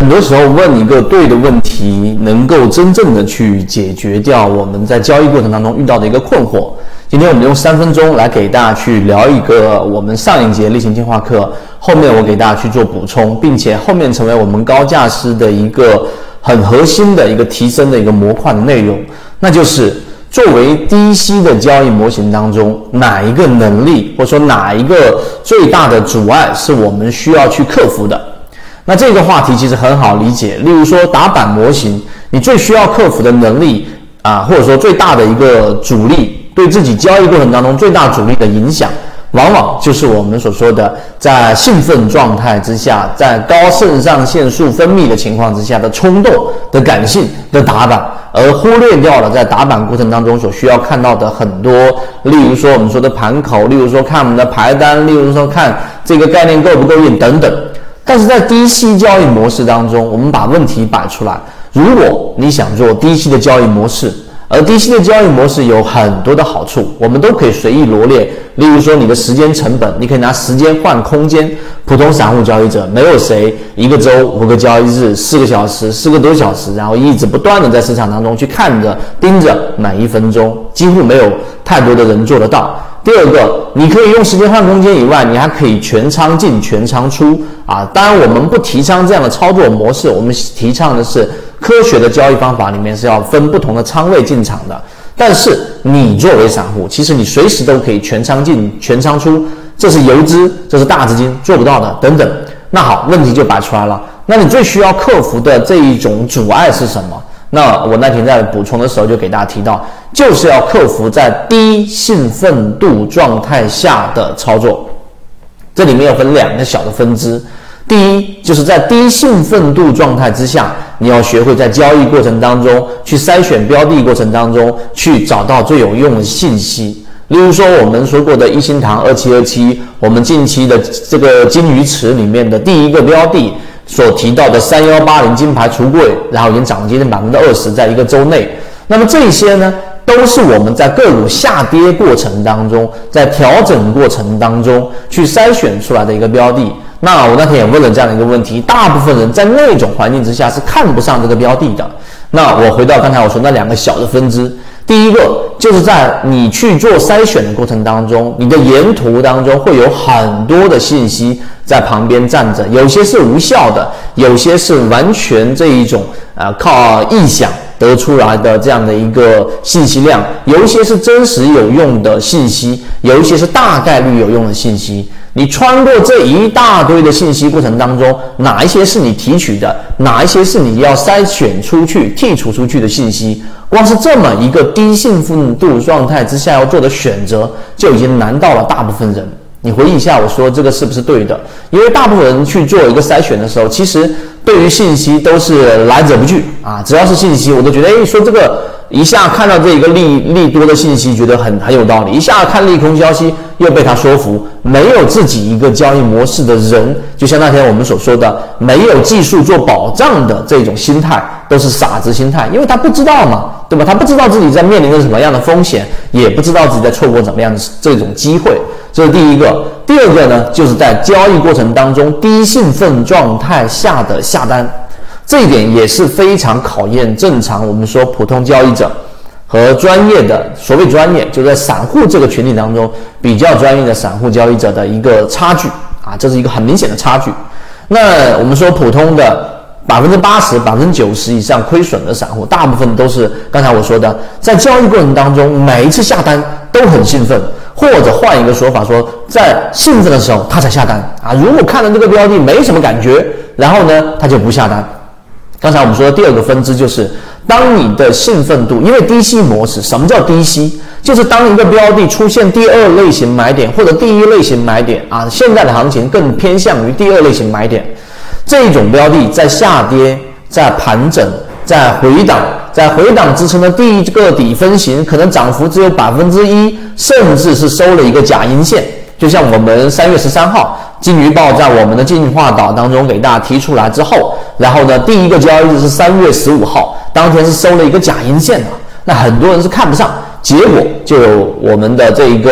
很多时候问一个对的问题，能够真正的去解决掉我们在交易过程当中遇到的一个困惑。今天我们用3分钟来给大家去聊一个我们上一节例行进化课，后面我给大家去做补充，并且后面成为我们高价师的一个很核心的一个提升的一个模块的内容，那就是作为低息的交易模型当中，哪一个能力或者说哪一个最大的阻碍是我们需要去克服的。那这个话题其实很好理解，例如说打板模型，你最需要克服的能力或者说最大的一个阻力，对自己交易过程当中最大阻力的影响，往往就是我们所说的在兴奋状态之下，在高肾上腺素分泌的情况之下的冲动的感性的打板，而忽略掉了在打板过程当中所需要看到的很多，例如说我们说的盘口，例如说看我们的排单，例如说看这个概念够不够硬等等。但是在低息交易模式当中，我们把问题摆出来，如果你想做低息的交易模式，而低息的交易模式有很多的好处，我们都可以随意罗列。例如说你的时间成本，你可以拿时间换空间。普通散户交易者，没有谁一个周5个交易日4个小时4个多小时，然后一直不断的在市场当中去看着盯着每1分钟，几乎没有太多的人做得到。第二个，你可以用时间换空间以外，你还可以全仓进全仓出当然我们不提倡这样的操作模式，我们提倡的是科学的交易方法里面是要分不同的仓位进场的。但是你作为散户，其实你随时都可以全仓进全仓出，这是游资，这是大资金做不到的等等。那好，问题就摆出来了，那你最需要克服的这一种阻碍是什么？那我那天在补充的时候就给大家提到，就是要克服在低兴奋度状态下的操作。这里面要分2个小的分支。第一，就是在低兴奋度状态之下，你要学会在交易过程当中去筛选标的过程当中去找到最有用的信息。例如说我们说过的一心堂2727，我们近期的这个金鱼池里面的第一个标的所提到的3180金牌橱柜，然后已经涨了接近 20%， 在一个周内。那么这些呢，都是我们在个股下跌过程当中，在调整过程当中去筛选出来的一个标的。那我那天也问了这样的一个问题，大部分人在那种环境之下是看不上这个标的的。那我回到刚才我说那2个小的分支，第一个就是在你去做筛选的过程当中，你的沿途当中会有很多的信息在旁边站着，有些是无效的，有些是完全这一种靠臆想得出来的这样的一个信息量，有一些是真实有用的信息，有一些是大概率有用的信息。你穿过这一大堆的信息过程当中，哪一些是你提取的，哪一些是你要筛选出去剔除出去的信息，光是这么一个低兴奋度状态之下要做的选择，就已经难到了大部分人。你回忆一下我说这个是不是对的？因为大部分人去做一个筛选的时候，其实对于信息都是来者不拒只要是信息我都觉得说这个一下看到这个利多的信息觉得很有道理，一下看利空消息又被他说服。没有自己一个交易模式的人，就像那天我们所说的，没有技术做保障的这种心态，都是傻子心态，因为他不知道嘛，对吧？他不知道自己在面临着什么样的风险，也不知道自己在错过怎么样的这种机会。这是第一个。第二个呢，就是在交易过程当中低兴奋状态下的下单，这一点也是非常考验正常我们说普通交易者和专业的，所谓专业就在散户这个群体当中比较专业的散户交易者的一个差距这是一个很明显的差距。那我们说普通的80%、90%以上亏损的散户，大部分都是刚才我说的，在交易过程当中每一次下单都很兴奋，或者换一个说法说，在兴奋的时候他才下单如果看了这个标的没什么感觉，然后呢他就不下单。刚才我们说的第2个分支就是，当你的兴奋度，因为低息模式，什么叫低息？就是当一个标的出现第2类型买点或者第1类型买点现在的行情更偏向于第2类型买点，这种标的在下跌、在盘整、在回档支撑的第一个底分型，可能涨幅只有 1%， 甚至是收了一个假阴线。就像我们3月13号金鱼报在我们的进化岛当中给大家提出来之后，然后呢第一个交易日是3月15号，当天是收了一个假阴线的，那很多人是看不上，结果就有我们的这一个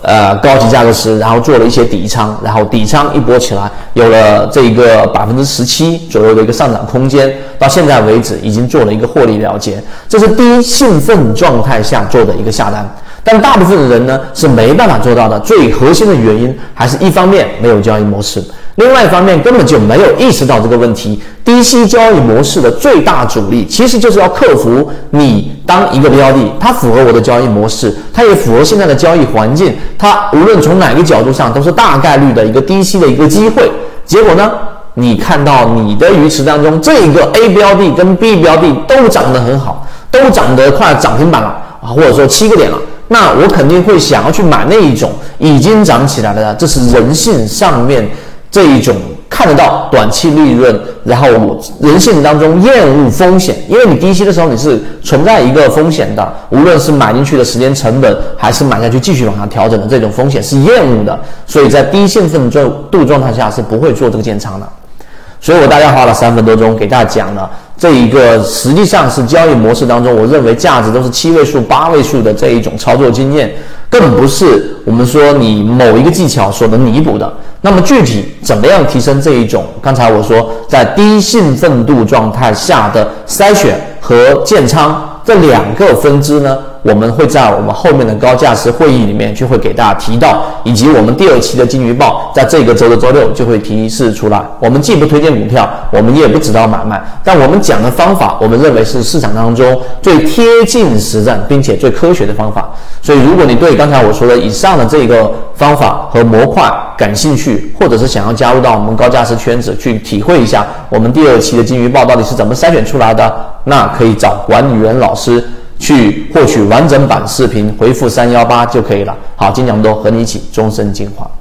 高级价格池，然后做了一些底仓，然后底仓一波起来，有了这个17%左右的一个上涨空间，到现在为止已经做了一个获利了结，这是低兴奋状态下做的一个下单。但大部分的人呢是没办法做到的，最核心的原因还是一方面没有交易模式，另外一方面根本就没有意识到这个问题。低息交易模式的最大阻力其实就是要克服你当一个标的它符合我的交易模式，它也符合现在的交易环境，它无论从哪个角度上都是大概率的一个低息的一个机会。结果呢，你看到你的鱼池当中这个 A 标的跟 B 标的都涨得很好，都涨得快涨停板了或者说7个点了，那我肯定会想要去买那一种已经涨起来的，这是人性上面这一种看得到短期利润，然后人性当中厌恶风险，因为你低息的时候你是存在一个风险的，无论是买进去的时间成本还是买下去继续往上调整的这种风险是厌恶的，所以在低兴奋度状态下是不会做这个建仓的。所以我大概花了3分多钟给大家讲了这一个实际上是交易模式当中我认为价值都是7位数8位数的这一种操作经验，更不是我们说你某一个技巧所能弥补的。那么具体怎么样提升这一种刚才我说在低兴奋度状态下的筛选和建仓这2个分支呢，我们会在我们后面的高价值会议里面就会给大家提到，以及我们第2期的金鱼报在这个周的周6就会提示出来。我们既不推荐股票，我们也不指导买卖，但我们讲的方法我们认为是市场当中最贴近实战并且最科学的方法。所以如果你对刚才我说的以上的这个方法和模块感兴趣，或者是想要加入到我们高价值圈子去体会一下我们第2期的金鱼报到底是怎么筛选出来的，那可以找管理员老师去获取完整版视频，回复318就可以了。好，今天讲这么多，和你一起终身进化。